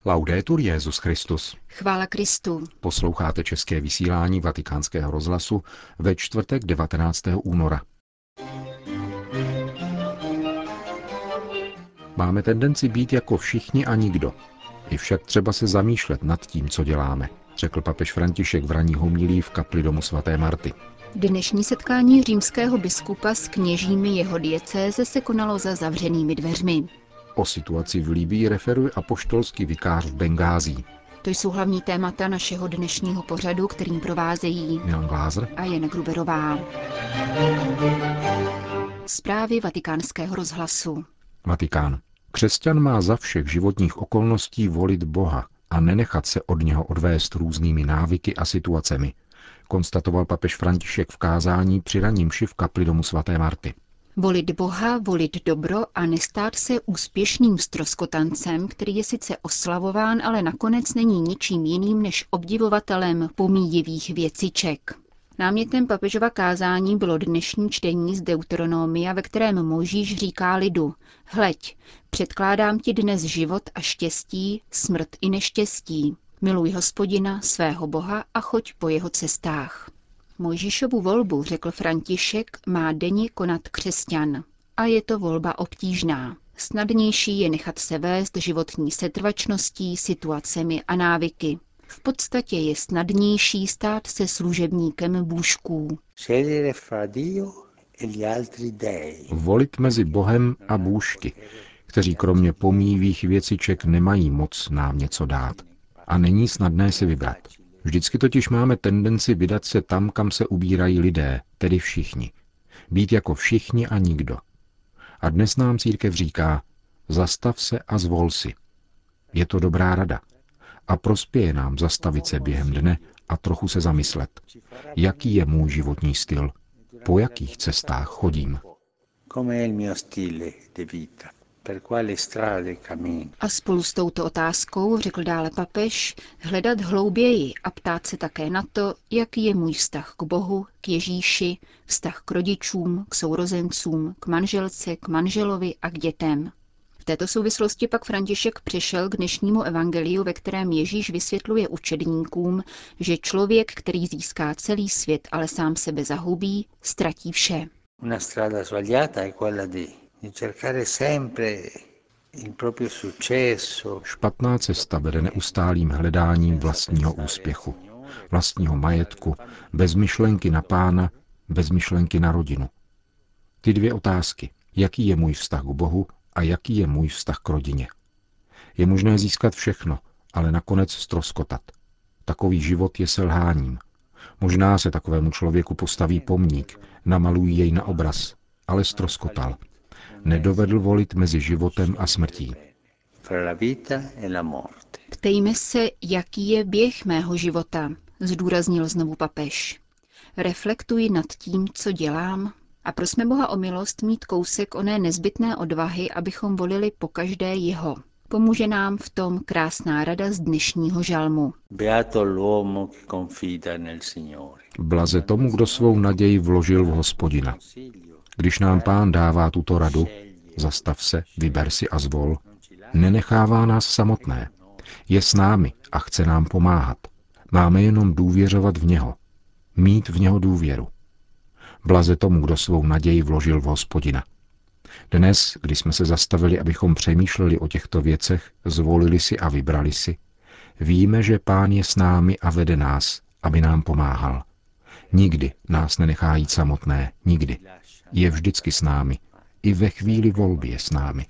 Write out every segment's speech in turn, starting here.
Laudetur Jesus Christus. Chvála Kristu. Posloucháte české vysílání Vatikánského rozhlasu ve čtvrtek 19. února. Máme tendenci být jako všichni a nikdo. Je však třeba se zamýšlet nad tím, co děláme, řekl papež František v ranní homilii v kapli domu svaté Marty. Dnešní setkání římského biskupa s kněžími jeho diecéze se konalo za zavřenými dveřmi. O situaci v Libyi referuje apoštolský vikář v Bengází. To jsou hlavní témata našeho dnešního pořadu, kterým provázejí Milan Glázer a Jana Gruberová. Zprávy Vatikánského rozhlasu. Vatikán. Křesťan má za všech životních okolností volit Boha a nenechat se od něho odvést různými návyky a situacemi, konstatoval papež František v kázání při ranní mši v kapli domu svaté Marty. Volit Boha, volit dobro a nestát se úspěšným ztroskotancem, který je sice oslavován, ale nakonec není ničím jiným než obdivovatelem pomíjivých věciček. Námětem papežova kázání bylo dnešní čtení z Deuteronomia, ve kterém Mojžíš říká lidu: Hleď, předkládám ti dnes život a štěstí, smrt i neštěstí. Miluj Hospodina, svého Boha, a choď po jeho cestách. Mojžíšovu volbu, řekl František, má denně konat křesťan. A je to volba obtížná. Snadnější je nechat se vést životní setrvačností, situacemi a návyky. V podstatě je snadnější stát se služebníkem bůžků. Volit mezi Bohem a bůžky, kteří kromě pomíjivých věciček nemají moc nám něco dát. A není snadné si vybrat. Vždycky totiž máme tendenci vydat se tam, kam se ubírají lidé, tedy všichni. Být jako všichni a nikdo. A dnes nám církev říká: zastav se a zvol si. Je to dobrá rada. A prospěje nám zastavit se během dne a trochu se zamyslet. Jaký je můj životní styl? Po jakých cestách chodím? A spolu s touto otázkou, řekl dále papež, hledat hlouběji a ptát se také na to, jaký je můj vztah k Bohu, k Ježíši, vztah k rodičům, k sourozencům, k manželce, k manželovi a k dětem. V této souvislosti pak František přešel k dnešnímu evangeliu, ve kterém Ježíš vysvětluje učedníkům, že člověk, který získá celý svět, ale sám sebe zahubí, ztratí vše. Špatná cesta vede neustálým hledáním vlastního úspěchu, vlastního majetku, bez myšlenky na Pána, bez myšlenky na rodinu. Ty dvě otázky, jaký je můj vztah k Bohu a jaký je můj vztah k rodině. Je možné získat všechno, ale nakonec ztroskotat. Takový život je selháním. Možná se takovému člověku postaví pomník, namalují jej na obraz, ale ztroskotal. Nedovedl volit mezi životem a smrtí. Ptejme se, jaký je běh mého života, zdůraznil znovu papež. Reflektuji nad tím, co dělám, a prosme Boha o milost mít kousek oné nezbytné odvahy, abychom volili pokaždé jeho. Pomůže nám v tom krásná rada z dnešního žalmu. Blaze tomu, kdo svou naději vložil v Hospodina. Když nám Pán dává tuto radu, zastav se, vyber si a zvol, nenechává nás samotné. Je s námi a chce nám pomáhat. Máme jenom důvěřovat v něho. Mít v něho důvěru. Blaze tomu, kdo svou naději vložil v Hospodina. Dnes, když jsme se zastavili, abychom přemýšleli o těchto věcech, zvolili si a vybrali si, víme, že Pán je s námi a vede nás, aby nám pomáhal. Nikdy nás nenechá jít samotné, nikdy. Je vždycky s námi. I ve chvíli volby je s námi.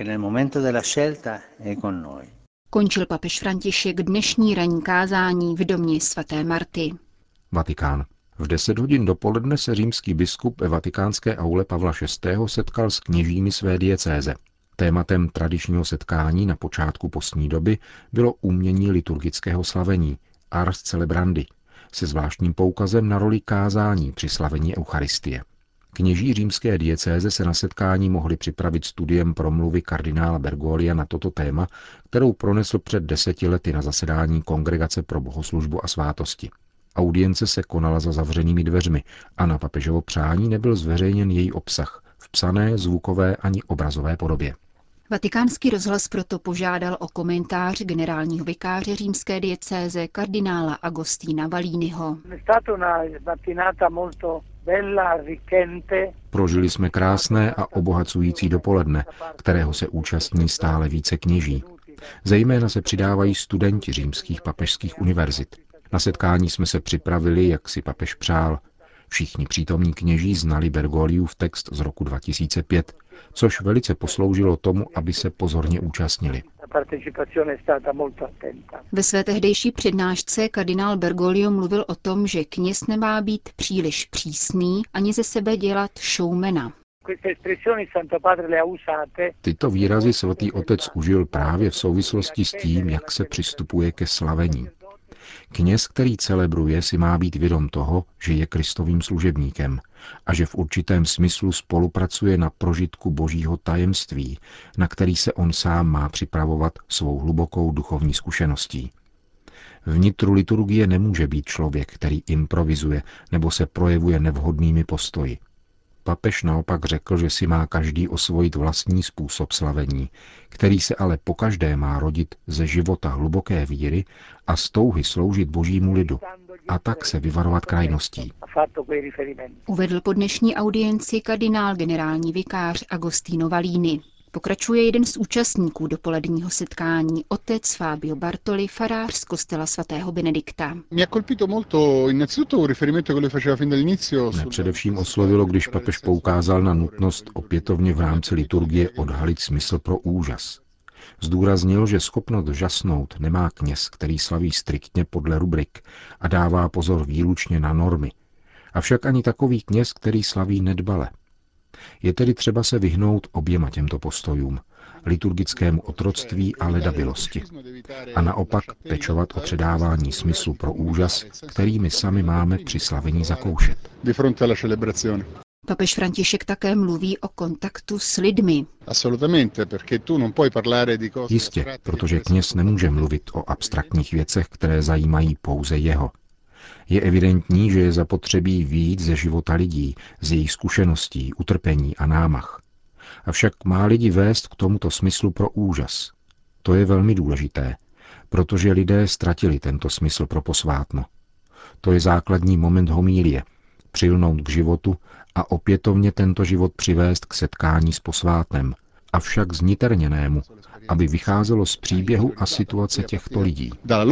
Končil papež František dnešní ranní kázání v domě svaté Marty. Vatikán. V 10 hodin dopoledne se římský biskup ve vatikánské aule Pavla VI. Setkal s kněžími své diecéze. Tématem tradičního setkání na počátku postní doby bylo umění liturgického slavení, ars celebrandi, se zvláštním poukazem na roli kázání při slavení Eucharistie. Kněží římské diecéze se na setkání mohli připravit studiem promluvy kardinála Bergoglia na toto téma, kterou pronesl před 10 lety na zasedání Kongregace pro bohoslužbu a svátosti. Audience se konala za zavřenými dveřmi a na papežovo přání nebyl zveřejněn její obsah v psané, zvukové ani obrazové podobě. Vatikánský rozhlas proto požádal o komentář generálního vikáře římské diecéze kardinála Agostina Valiniho. Prožili jsme krásné a obohacující dopoledne, kterého se účastní stále více kněží. Zejména se přidávají studenti římských papežských univerzit. Na setkání jsme se připravili, jak si papež přál. Všichni přítomní kněží znali Bergogliův text z roku 2005, což velice posloužilo tomu, aby se pozorně účastnili. Ve své tehdejší přednášce kardinál Bergoglio mluvil o tom, že kněz nemá být příliš přísný ani ze sebe dělat showmana. Tyto výrazy svatý otec užil právě v souvislosti s tím, jak se přistupuje ke slavení. Kněz, který celebruje, si má být vědom toho, že je Kristovým služebníkem a že v určitém smyslu spolupracuje na prožitku božího tajemství, na který se on sám má připravovat svou hlubokou duchovní zkušeností. Vnitru liturgie nemůže být člověk, který improvizuje nebo se projevuje nevhodnými postoji. Papež naopak řekl, že si má každý osvojit vlastní způsob slavení, který se ale pokaždé má rodit ze života hluboké víry a z touhy sloužit božímu lidu a tak se vyvarovat krajností. Uvedl po dnešní audienci kardinál generální vikář Agostino Valini. Pokračuje jeden z účastníků dopoledního setkání, otec Fabio Bartoli, farář z kostela svatého Benedikta. Mne především oslovilo, když papež poukázal na nutnost opětovně v rámci liturgie odhalit smysl pro úžas. Zdůraznil, že schopnost žasnout nemá kněz, který slaví striktně podle rubrik a dává pozor výlučně na normy. Avšak ani takový kněz, který slaví nedbale. Je tedy třeba se vyhnout oběma těmto postojům, liturgickému otroctví a ledabilosti. A naopak pečovat o předávání smyslu pro úžas, který my sami máme při slavení zakoušet. Papež František také mluví o kontaktu s lidmi. Jistě, protože kněz nemůže mluvit o abstraktních věcech, které zajímají pouze jeho. Je evidentní, že je zapotřebí vyjít ze života lidí, z jejich zkušeností, utrpení a námach. Avšak má lidi vést k tomuto smyslu pro úžas. To je velmi důležité, protože lidé ztratili tento smysl pro posvátno. To je základní moment homilie, přilnout k životu a opětovně tento život přivést k setkání s posvátnem, avšak zniterněnému, aby vycházelo z příběhu a situace těchto lidí.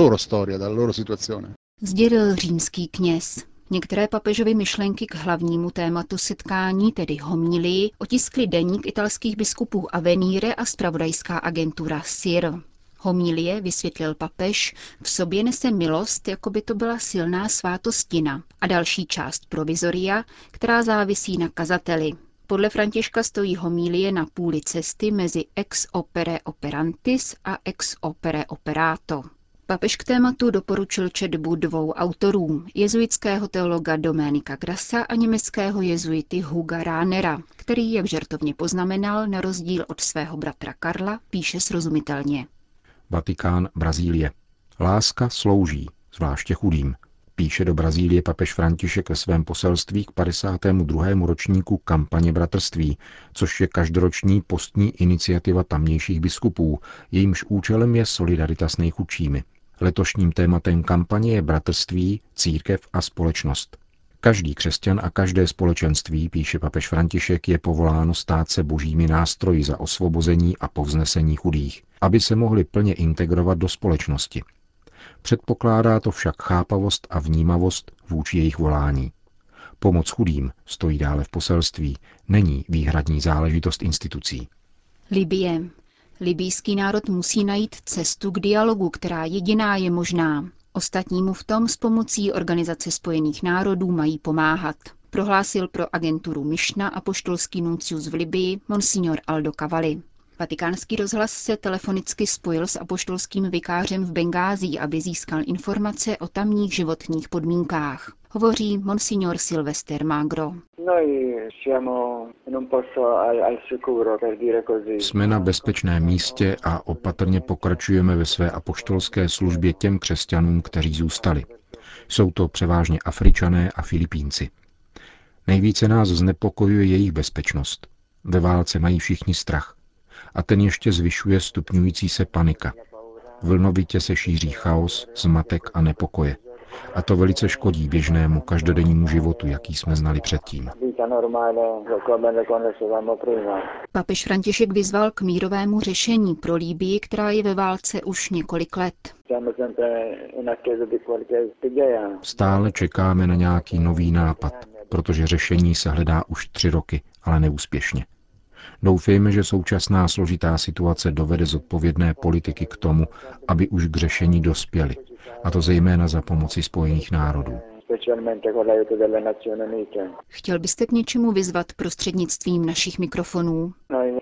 Sdělil římský kněz. Některé papežovy myšlenky k hlavnímu tématu setkání, tedy homilii, otiskli deník italských biskupů Avvenire a zpravodajská agentura SIR. Homilie, vysvětlil papež, v sobě nese milost, jako by to byla silná svátostina, a další část provizoria, která závisí na kazateli. Podle Františka stojí homilie na půli cesty mezi ex opere operantis a ex opere operato. Papež k tématu doporučil četbu dvou autorů, jezuitského teologa Domenica Grassa a německého jezuity Huga Rahnera, který, jak žertovně poznamenal, na rozdíl od svého bratra Karla, píše srozumitelně. Vatikán, Brazílie. Láska slouží, zvláště chudým, píše do Brazílie papež František ve svém poselství k 52. ročníku kampaně bratrství, což je každoroční postní iniciativa tamnějších biskupů, jejímž účelem je solidarita s nejchudšími. Letošním tématem kampaně je bratrství, církev a společnost. Každý křesťan a každé společenství, píše papež František, je povoláno stát se božími nástroji za osvobození a povznesení chudých, aby se mohli plně integrovat do společnosti. Předpokládá to však chápavost a vnímavost vůči jejich volání. Pomoc chudým, stojí dále v poselství, není výhradní záležitost institucí. Libye. Libýský národ musí najít cestu k dialogu, která jediná je možná. Ostatní mu v tom s pomocí Organizace spojených národů mají pomáhat, prohlásil pro agenturu Mišna apoštolský nuncius v Libyi monsignor Aldo Cavalli. Vatikánský rozhlas se telefonicky spojil s apoštolským vikářem v Bengází, aby získal informace o tamních životních podmínkách. Hovoří monsignor Silvester Magro. Jsme na bezpečném místě a opatrně pokračujeme ve své apoštolské službě těm křesťanům, kteří zůstali. Jsou to převážně Afričané a Filipínci. Nejvíce nás znepokojuje jejich bezpečnost. Ve válce mají všichni strach. a ten ještě zvyšuje stupňující se panika. Vlnovitě se šíří chaos, zmatek a nepokoje. A to velice škodí běžnému každodennímu životu, jaký jsme znali předtím. Papež František vyzval k mírovému řešení pro Libyi, která je ve válce už několik let. Stále čekáme na nějaký nový nápad, protože řešení se hledá už 3 roky, ale neúspěšně. Doufejme, že současná složitá situace dovede zodpovědné politiky k tomu, aby už k řešení dospěli, a to zejména za pomoci Spojených národů. Chtěl byste k něčemu vyzvat prostřednictvím našich mikrofonů?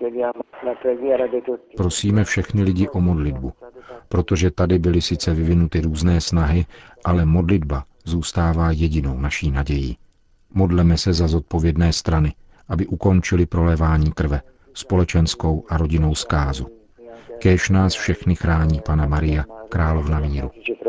Prosíme všechny lidi o modlitbu, protože tady byly sice vyvinuty různé snahy, ale modlitba zůstává jedinou naší nadějí. Modleme se za zodpovědné strany, aby ukončili prolévání krve, společenskou a rodinnou zkázu. Kéž nás všechny chrání Panna Maria, královna míru.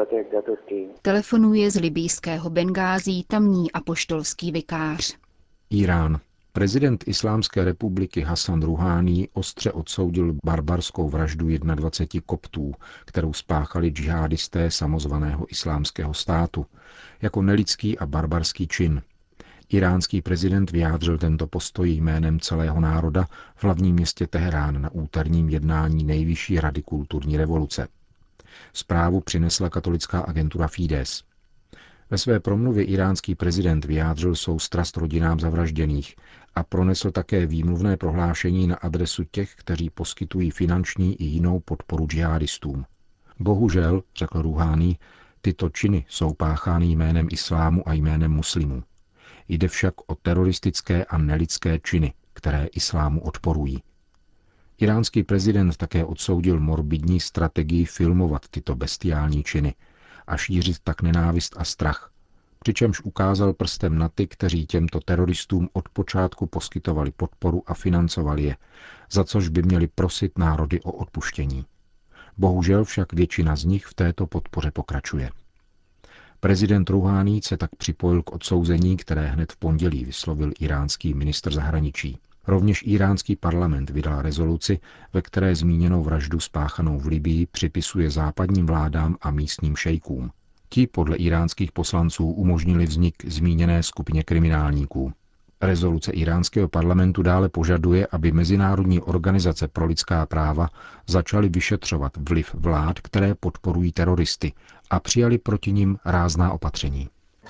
Telefonuje z libýského Bengází tamní apoštolský vikář. Irán. Prezident Islámské republiky Hasan Ruhání ostře odsoudil barbarskou vraždu 21 koptů, kterou spáchali džihadisté samozvaného Islámského státu, jako nelidský a barbarský čin. Iránský prezident vyjádřil tento postoj jménem celého národa v hlavním městě Teherán na úterním jednání Nejvyšší rady kulturní revoluce. Zprávu přinesla katolická agentura Fides. Ve své promluvě iránský prezident vyjádřil soustrast rodinám zavražděných a pronesl také výmluvné prohlášení na adresu těch, kteří poskytují finanční i jinou podporu džihadistům. Bohužel, řekl Ruhání, tyto činy jsou páchány jménem islámu a jménem muslimů. Jde však o teroristické a nelidské činy, které islámu odporují. Iránský prezident také odsoudil morbidní strategii filmovat tyto bestiální činy a šířit tak nenávist a strach, přičemž ukázal prstem na ty, kteří těmto teroristům od počátku poskytovali podporu a financovali je, za což by měli prosit národy o odpuštění. Bohužel však většina z nich v této podpoře pokračuje. Prezident Ruhání se tak připojil k odsouzení, které hned v pondělí vyslovil iránský ministr zahraničí. Rovněž iránský parlament vydal rezoluci, ve které zmíněnou vraždu spáchanou v Libyi připisuje západním vládám a místním šejkům. Ti podle iránských poslanců umožnili vznik zmíněné skupině kriminálníků. Rezoluce iránského parlamentu dále požaduje, aby mezinárodní organizace pro lidská práva začaly vyšetřovat vliv vlád, které podporují teroristy, a přijali proti nim rázná opatření.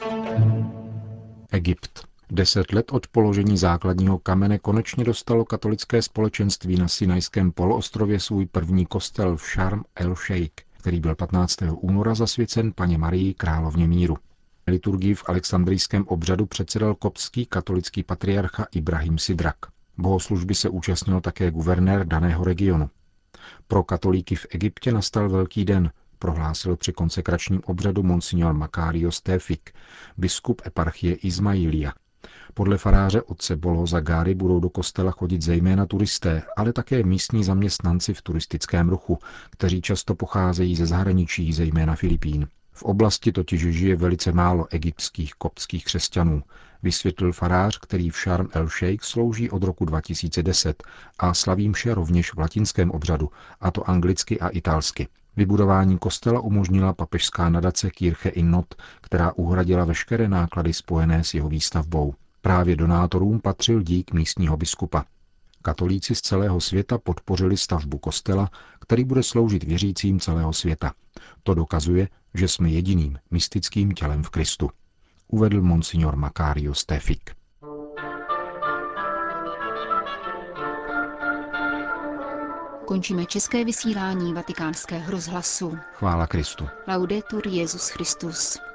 Egypt. 10 let od položení základního kamene konečně dostalo katolické společenství na Sinajském poloostrově svůj první kostel v Šarm el-Šejk, který byl 15. února zasvěcen Panně Marii, královně míru. Liturgii v alexandrijském obřadu předsedal koptský katolický patriarcha Ibrahim Sidrak. Bohoslužby se účastnil také guvernér daného regionu. Pro katolíky v Egyptě nastal velký den, prohlásil při konsekračním obřadu monsignor Makarios Tefik, biskup eparchie Ismailia. Podle faráře otce Bolo Zagary budou do kostela chodit zejména turisté, ale také místní zaměstnanci v turistickém ruchu, kteří často pocházejí ze zahraničí, zejména Filipín. V oblasti totiž žije velice málo egyptských koptských křesťanů, vysvětlil farář, který v Šarm el-Šejk slouží od roku 2010 a slaví mše rovněž v latinském obřadu, a to anglicky a italsky. Vybudování kostela umožnila papežská nadace Kirche in Not, která uhradila veškeré náklady spojené s jeho výstavbou. Právě donátorům patřil dík místního biskupa. Katolíci z celého světa podpořili stavbu kostela, který bude sloužit věřícím celého světa. To dokazuje, že jsme jediným mystickým tělem v Kristu, uvedl monsignor Makarios Tefik. Končíme české vysílání Vatikánského rozhlasu. Chvála Kristu. Laudetur Jesus Christus.